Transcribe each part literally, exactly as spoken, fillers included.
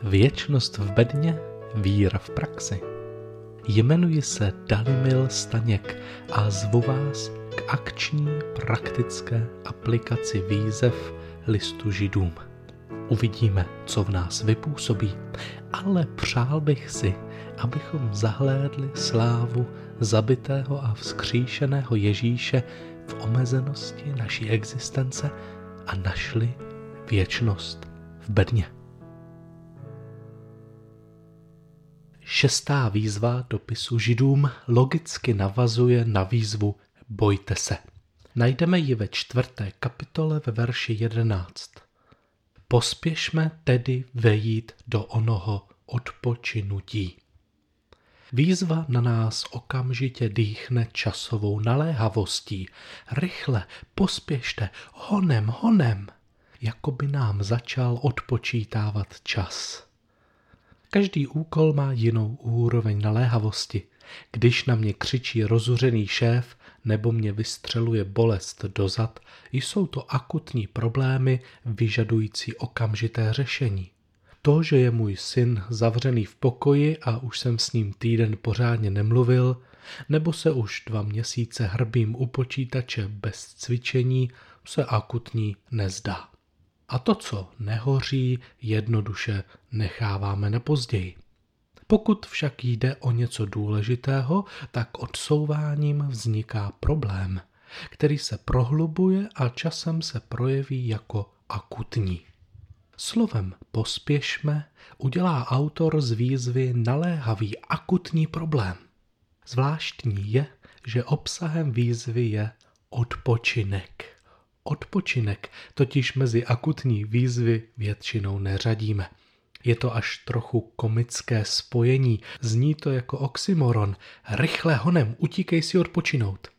Věčnost v bedně, víra v praxi. Jmenuji se Dalimil Staněk a zvu vás k akční praktické aplikaci výzev listu Židům. Uvidíme, co v nás vypůsobí, ale přál bych si, abychom zahlédli slávu zabitého a vzkříšeného Ježíše v omezenosti naší existence a našli věčnost v bedně. Šestá výzva dopisu Židům logicky navazuje na výzvu Bojte se. Najdeme ji ve čtvrté kapitole ve verši jedenáct. Pospěšme tedy vejít do onoho odpočinutí. Výzva na nás okamžitě dýchne časovou naléhavostí. Rychle, pospěšte, honem, honem, jako by nám začal odpočítávat čas. Každý úkol má jinou úroveň naléhavosti. Když na mě křičí rozuřený šéf nebo mě vystřeluje bolest do zad, jsou to akutní problémy vyžadující okamžité řešení. To, že je můj syn zavřený v pokoji a už jsem s ním týden pořádně nemluvil, nebo se už dva měsíce hrbím u počítače bez cvičení, se akutní nezdá. A to, co nehoří, jednoduše necháváme na později. Pokud však jde o něco důležitého, tak odsouváním vzniká problém, který se prohlubuje a časem se projeví jako akutní. Slovem pospěšme udělá autor z výzvy naléhavý akutní problém. Zvláštní je, že obsahem výzvy je odpočinek. Odpočinek totiž mezi akutní výzvy většinou neřadíme. Je to až trochu komické spojení, zní to jako oxymoron. Rychle honem, utíkej si odpočinout.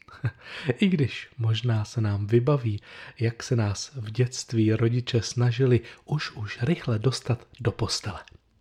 I když možná se nám vybaví, jak se nás v dětství rodiče snažili už už rychle dostat do postele.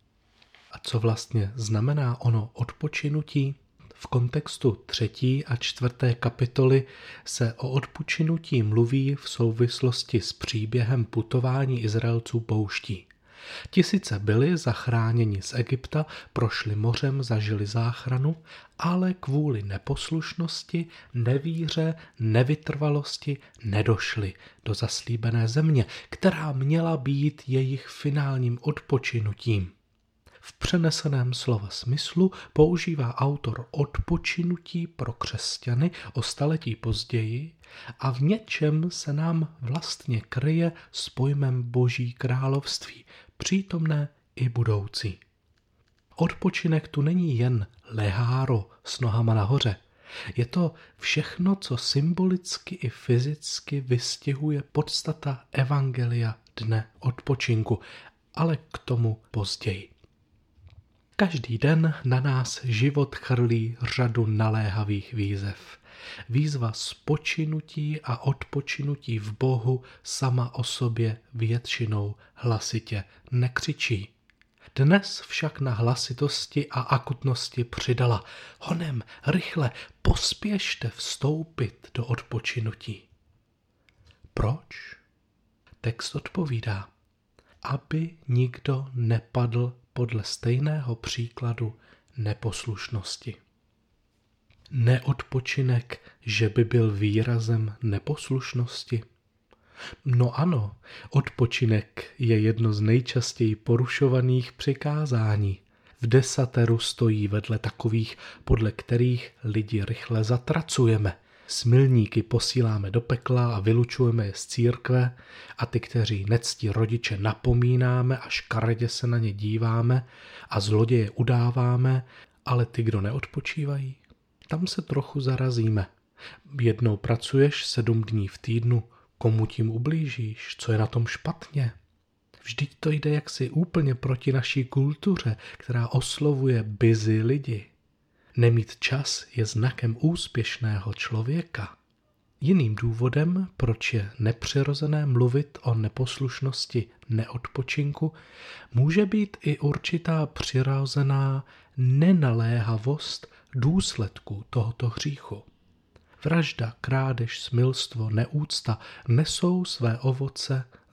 A co vlastně znamená ono odpočinutí? V kontextu třetí a čtvrté kapitoly se o odpočinutí mluví v souvislosti s příběhem putování Izraelců pouští. Ti sice byli zachráněni z Egypta, prošli mořem, zažili záchranu, ale kvůli neposlušnosti, nevíře, nevytrvalosti nedošli do zaslíbené země, která měla být jejich finálním odpočinutím. V přeneseném slova smyslu používá autor odpočinutí pro křesťany o staletí později a v něčem se nám vlastně kryje s pojmem Boží království, přítomné i budoucí. Odpočinek tu není jen leháro s nohama nahoře. Je to všechno, co symbolicky i fyzicky vystihuje podstata evangelia dne odpočinku, ale k tomu později. Každý den na nás život chrlí řadu naléhavých výzev. Výzva spočinutí a odpočinutí v Bohu sama o sobě většinou hlasitě nekřičí. Dnes však na hlasitosti a akutnosti přidala. Honem, rychle, pospěšte vstoupit do odpočinutí. Proč? Text odpovídá, aby nikdo nepadl podle stejného příkladu neposlušnosti. Neodpočinek, že by byl výrazem neposlušnosti? No ano, odpočinek je jedno z nejčastěji porušovaných přikázání. V desateru stojí vedle takových, podle kterých lidi rychle zatracujeme. Smilníky posíláme do pekla a vylučujeme je z církve a ty, kteří nectí rodiče, napomínáme a škaredě se na ně díváme a zloděje udáváme, ale ty, kdo neodpočívají, tam se trochu zarazíme. Jednou pracuješ sedm dní v týdnu, komu tím ublížíš, co je na tom špatně? Vždyť to jde jaksi úplně proti naší kultuře, která oslovuje busy lidi. Nemít čas je znakem úspěšného člověka. Jiným důvodem, proč je nepřirozené mluvit o neposlušnosti neodpočinku, může být i určitá přirozená nenaléhavost důsledků tohoto hříchu. Vražda, krádež, smilstvo, neúcta nesou své ovoce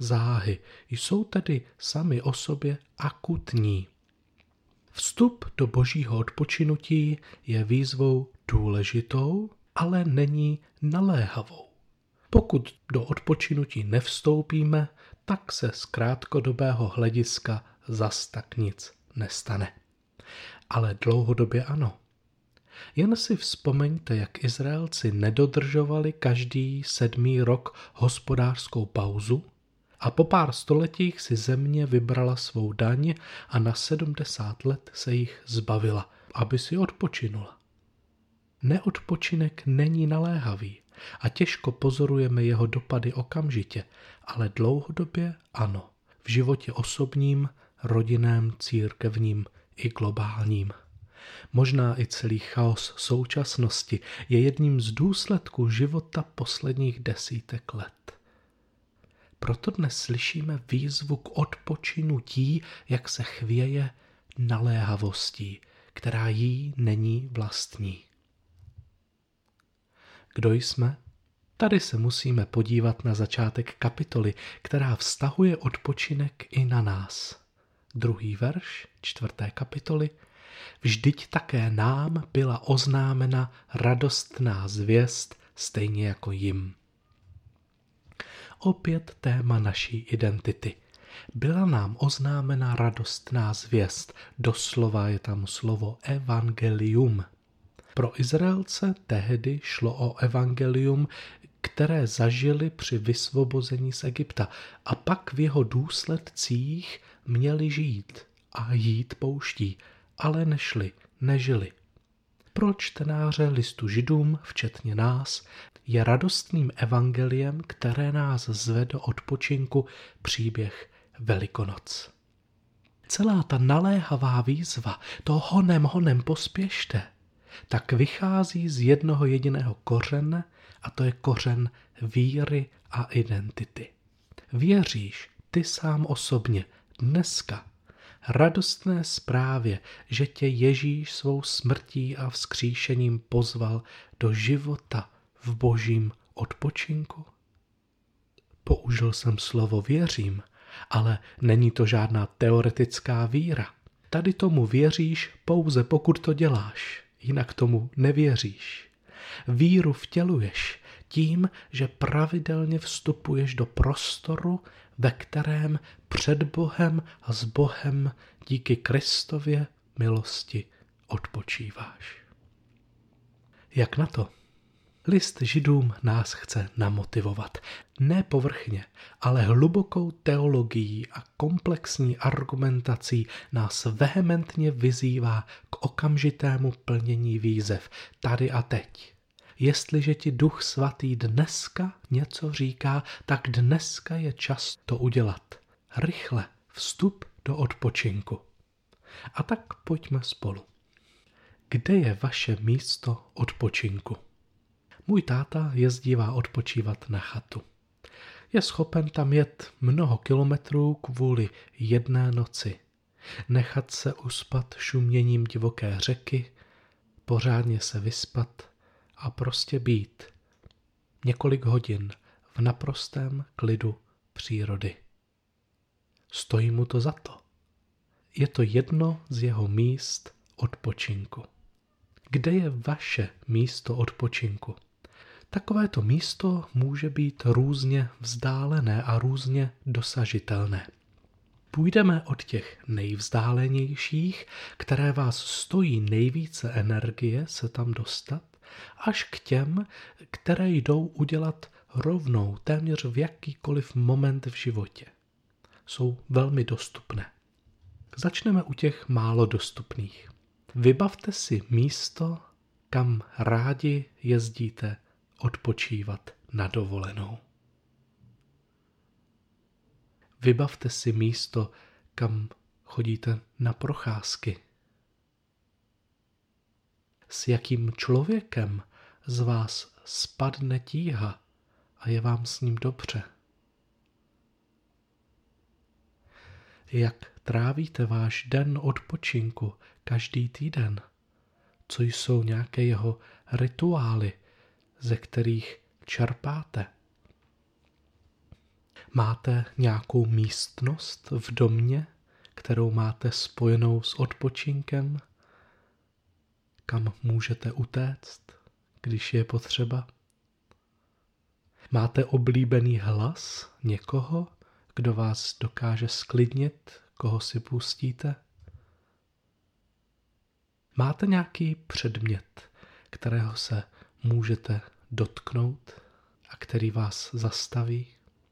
záhy, jsou tedy sami o sobě akutní. Vstup do božího odpočinutí je výzvou důležitou, ale není naléhavou. Pokud do odpočinutí nevstoupíme, tak se z krátkodobého hlediska zas tak nic nestane. Ale dlouhodobě ano. Jen si vzpomeňte, jak Izraelci nedodržovali každý sedmý rok hospodářskou pauzu a po pár stoletích si země vybrala svou daň a na sedmdesát let se jich zbavila, aby si odpočinula. Neodpočinek není naléhavý a těžko pozorujeme jeho dopady okamžitě, ale dlouhodobě ano, v životě osobním, rodinném, církevním i globálním. Možná i celý chaos současnosti je jedním z důsledků života posledních desítek let. Proto dnes slyšíme výzvu k odpočinutí, jak se chvěje naléhavostí, která jí není vlastní. Kdo jsme? Tady se musíme podívat na začátek kapitoly, která vztahuje odpočinek i na nás. Druhý verš čtvrté kapitoly. Vždyť také nám byla oznámena radostná zvěst, stejně jako jim. Opět téma naší identity. Byla nám oznámena radostná zvěst, doslova je tam slovo evangelium. Pro Izraelce tehdy šlo o evangelium, které zažili při vysvobození z Egypta a pak v jeho důsledcích měli žít a jít pouští, ale nešli, nežili. Pro čtenáře listu Židům, včetně nás, je radostným evangeliem, které nás zve do odpočinku, příběh Velikonoc. Celá ta naléhavá výzva, to honem, honem pospěšte, tak vychází z jednoho jediného kořene, a to je kořen víry a identity. Věříš ty sám osobně dneska radostné zprávě, že tě Ježíš svou smrtí a vzkříšením pozval do života v božím odpočinku? Použil jsem slovo věřím, ale není to žádná teoretická víra. Tady tomu věříš pouze pokud to děláš, jinak tomu nevěříš. Víru vtěluješ tím, že pravidelně vstupuješ do prostoru, ve kterém před Bohem a s Bohem díky Kristově milosti odpočíváš. Jak na to? List Židům nás chce namotivovat. Ne povrchně, ale hlubokou teologií a komplexní argumentací nás vehementně vyzývá k okamžitému plnění výzev tady a teď. Jestliže ti Duch Svatý dneska něco říká, tak dneska je čas to udělat. Rychle vstup do odpočinku. A tak pojďme spolu. Kde je vaše místo odpočinku? Můj táta jezdívá odpočívat na chatu. Je schopen tam jet mnoho kilometrů kvůli jedné noci. Nechat se uspat šuměním divoké řeky, pořádně se vyspat a prostě být několik hodin v naprostém klidu přírody. Stojí mu to za to. Je to jedno z jeho míst odpočinku. Kde je vaše místo odpočinku? Takovéto místo může být různě vzdálené a různě dosažitelné. Půjdeme od těch nejvzdálenějších, které vás stojí nejvíce energie se tam dostat, až k těm, které jdou udělat rovnou téměř v jakýkoliv moment v životě. Jsou velmi dostupné. Začneme u těch málo dostupných. Vybavte si místo, kam rádi jezdíte odpočívat na dovolenou. Vybavte si místo, kam chodíte na procházky. S jakým člověkem z vás spadne tíha a je vám s ním dobře. Jak trávíte váš den odpočinku každý týden? Co jsou nějaké jeho rituály, ze kterých čerpáte? Máte nějakou místnost v domě, kterou máte spojenou s odpočinkem, kam můžete utéct, když je potřeba? Máte oblíbený hlas někoho, kdo vás dokáže sklidnit, koho si pustíte? Máte nějaký předmět, kterého se můžete dotknout a který vás zastaví?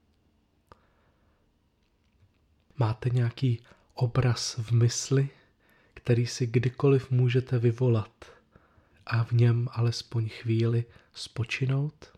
Máte nějaký obraz v mysli, který si kdykoliv můžete vyvolat a v něm alespoň chvíli spočinout?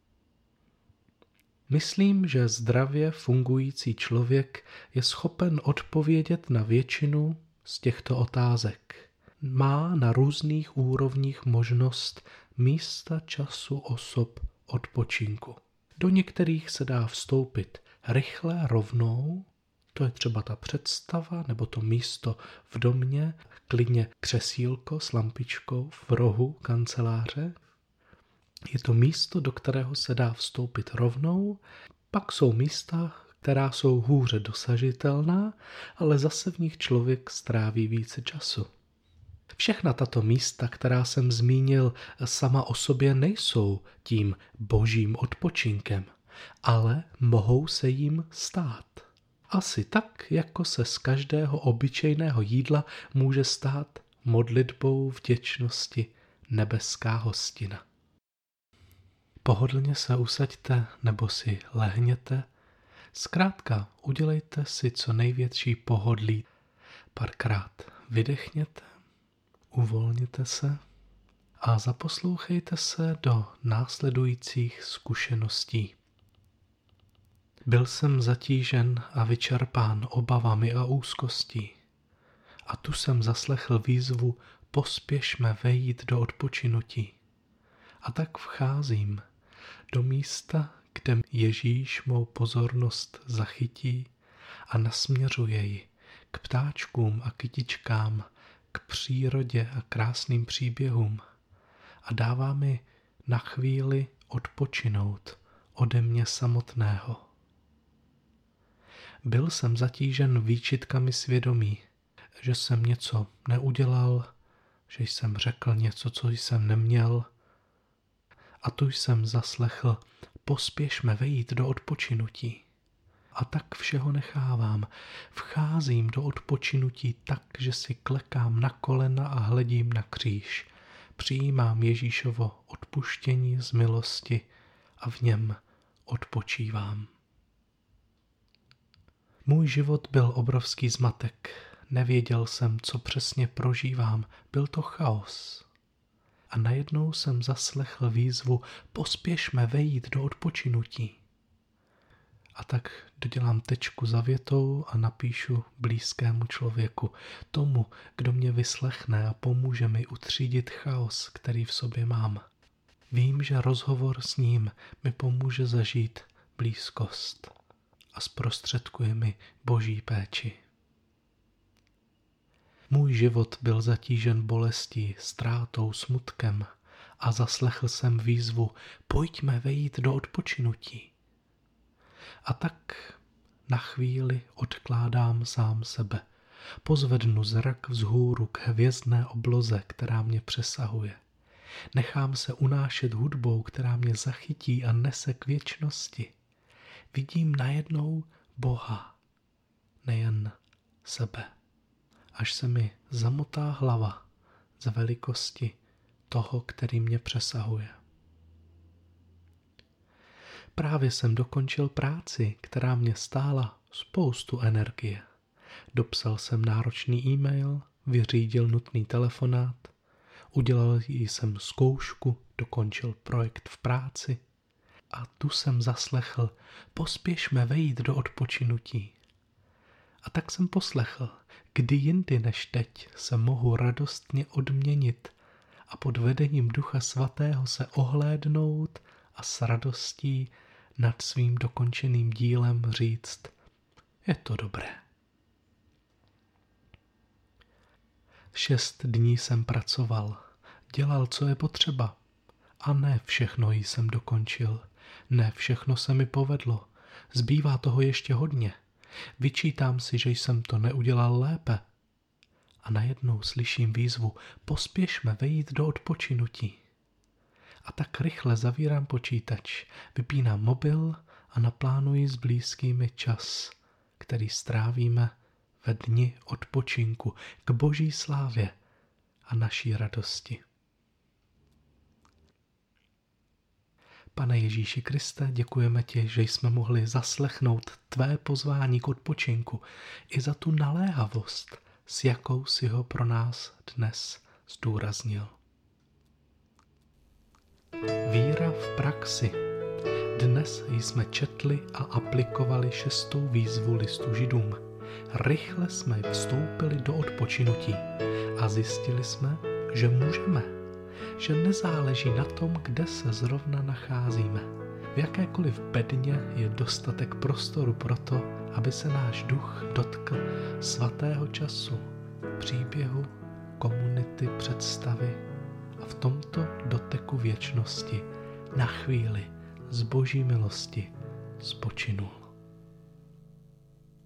Myslím, že zdravě fungující člověk je schopen odpovědět na většinu z těchto otázek. Má na různých úrovních možnost místa, času, osob, odpočinku. Do některých se dá vstoupit rychle, rovnou, to je třeba ta představa nebo to místo v domě, klidně křesílko s lampičkou v rohu kanceláře. Je to místo, do kterého se dá vstoupit rovnou, pak jsou místa, která jsou hůře dosažitelná, ale zase v nich člověk stráví více času. Všechna tato místa, která jsem zmínil, sama o sobě nejsou tím božím odpočinkem, ale mohou se jim stát. Asi tak, jako se z každého obyčejného jídla může stát modlitbou vděčnosti nebeská hostina. Pohodlně se usaďte nebo si lehněte, zkrátka udělejte si co největší pohodlí. Párkrát vydechněte, uvolněte se a zaposlouchejte se do následujících zkušeností. Byl jsem zatížen a vyčerpán obavami a úzkostí. A tu jsem zaslechl výzvu pospěšme vejít do odpočinutí. A tak vcházím do místa, kde Ježíš mou pozornost zachytí a nasměřuje ji k ptáčkům a kytičkám, k přírodě a krásným příběhům a dává mi na chvíli odpočinout ode mě samotného. Byl jsem zatížen výčitkami svědomí, že jsem něco neudělal, že jsem řekl něco, co jsem neměl, a tu jsem zaslechl, pospěšme vejít do odpočinutí. A tak všeho nechávám. Vcházím do odpočinutí tak, že si klekám na kolena a hledím na kříž. Přijímám Ježíšovo odpuštění z milosti a v něm odpočívám. Můj život byl obrovský zmatek. Nevěděl jsem, co přesně prožívám. Byl to chaos. A najednou jsem zaslechl výzvu pospěšme vejít do odpočinutí. A tak dodělám tečku za větou a napíšu blízkému člověku, tomu, kdo mě vyslechne a pomůže mi utřídit chaos, který v sobě mám. Vím, že rozhovor s ním mi pomůže zažít blízkost a zprostředkuje mi Boží péči. Můj život byl zatížen bolestí, ztrátou, smutkem a zaslechl jsem výzvu pojďme vejít do odpočinutí. A tak na chvíli odkládám sám sebe. Pozvednu zrak vzhůru k hvězdné obloze, která mě přesahuje. Nechám se unášet hudbou, která mě zachytí a nese k věčnosti. Vidím najednou Boha, nejen sebe. Až se mi zamotá hlava z velikosti toho, který mě přesahuje. Právě jsem dokončil práci, která mě stála spoustu energie. Dopsal jsem náročný e-mail, vyřídil nutný telefonát, udělal jsem zkoušku, dokončil projekt v práci a tu jsem zaslechl, pospěšme vejít do odpočinutí. A tak jsem poslechl, kdy jindy než teď se mohu radostně odměnit a pod vedením Ducha Svatého se ohlédnout a s radostí nad svým dokončeným dílem říct, je to dobré. Šest dní jsem pracoval, dělal, co je potřeba. A ne všechno jsem dokončil, ne všechno se mi povedlo. Zbývá toho ještě hodně. Vyčítám si, že jsem to neudělal lépe. A najednou slyším výzvu, pospěšme vejít do odpočinutí. A tak rychle zavírám počítač, vypínám mobil a naplánuji s blízkými čas, který strávíme ve dni odpočinku k Boží slávě a naší radosti. Pane Ježíši Kriste, děkujeme ti, že jsme mohli zaslechnout tvé pozvání k odpočinku i za tu naléhavost, s jakou si ho pro nás dnes zdůraznil. Víra v praxi. Dnes jsme četli a aplikovali šestou výzvu listu Židům. Rychle jsme vstoupili do odpočinutí a zjistili jsme, že můžeme, že nezáleží na tom, kde se zrovna nacházíme. V jakékoliv bedně je dostatek prostoru pro to, aby se náš duch dotkl svatého času, příběhu, komunity, představy a v tomto doteku věčnosti na chvíli z Boží milosti spočinul.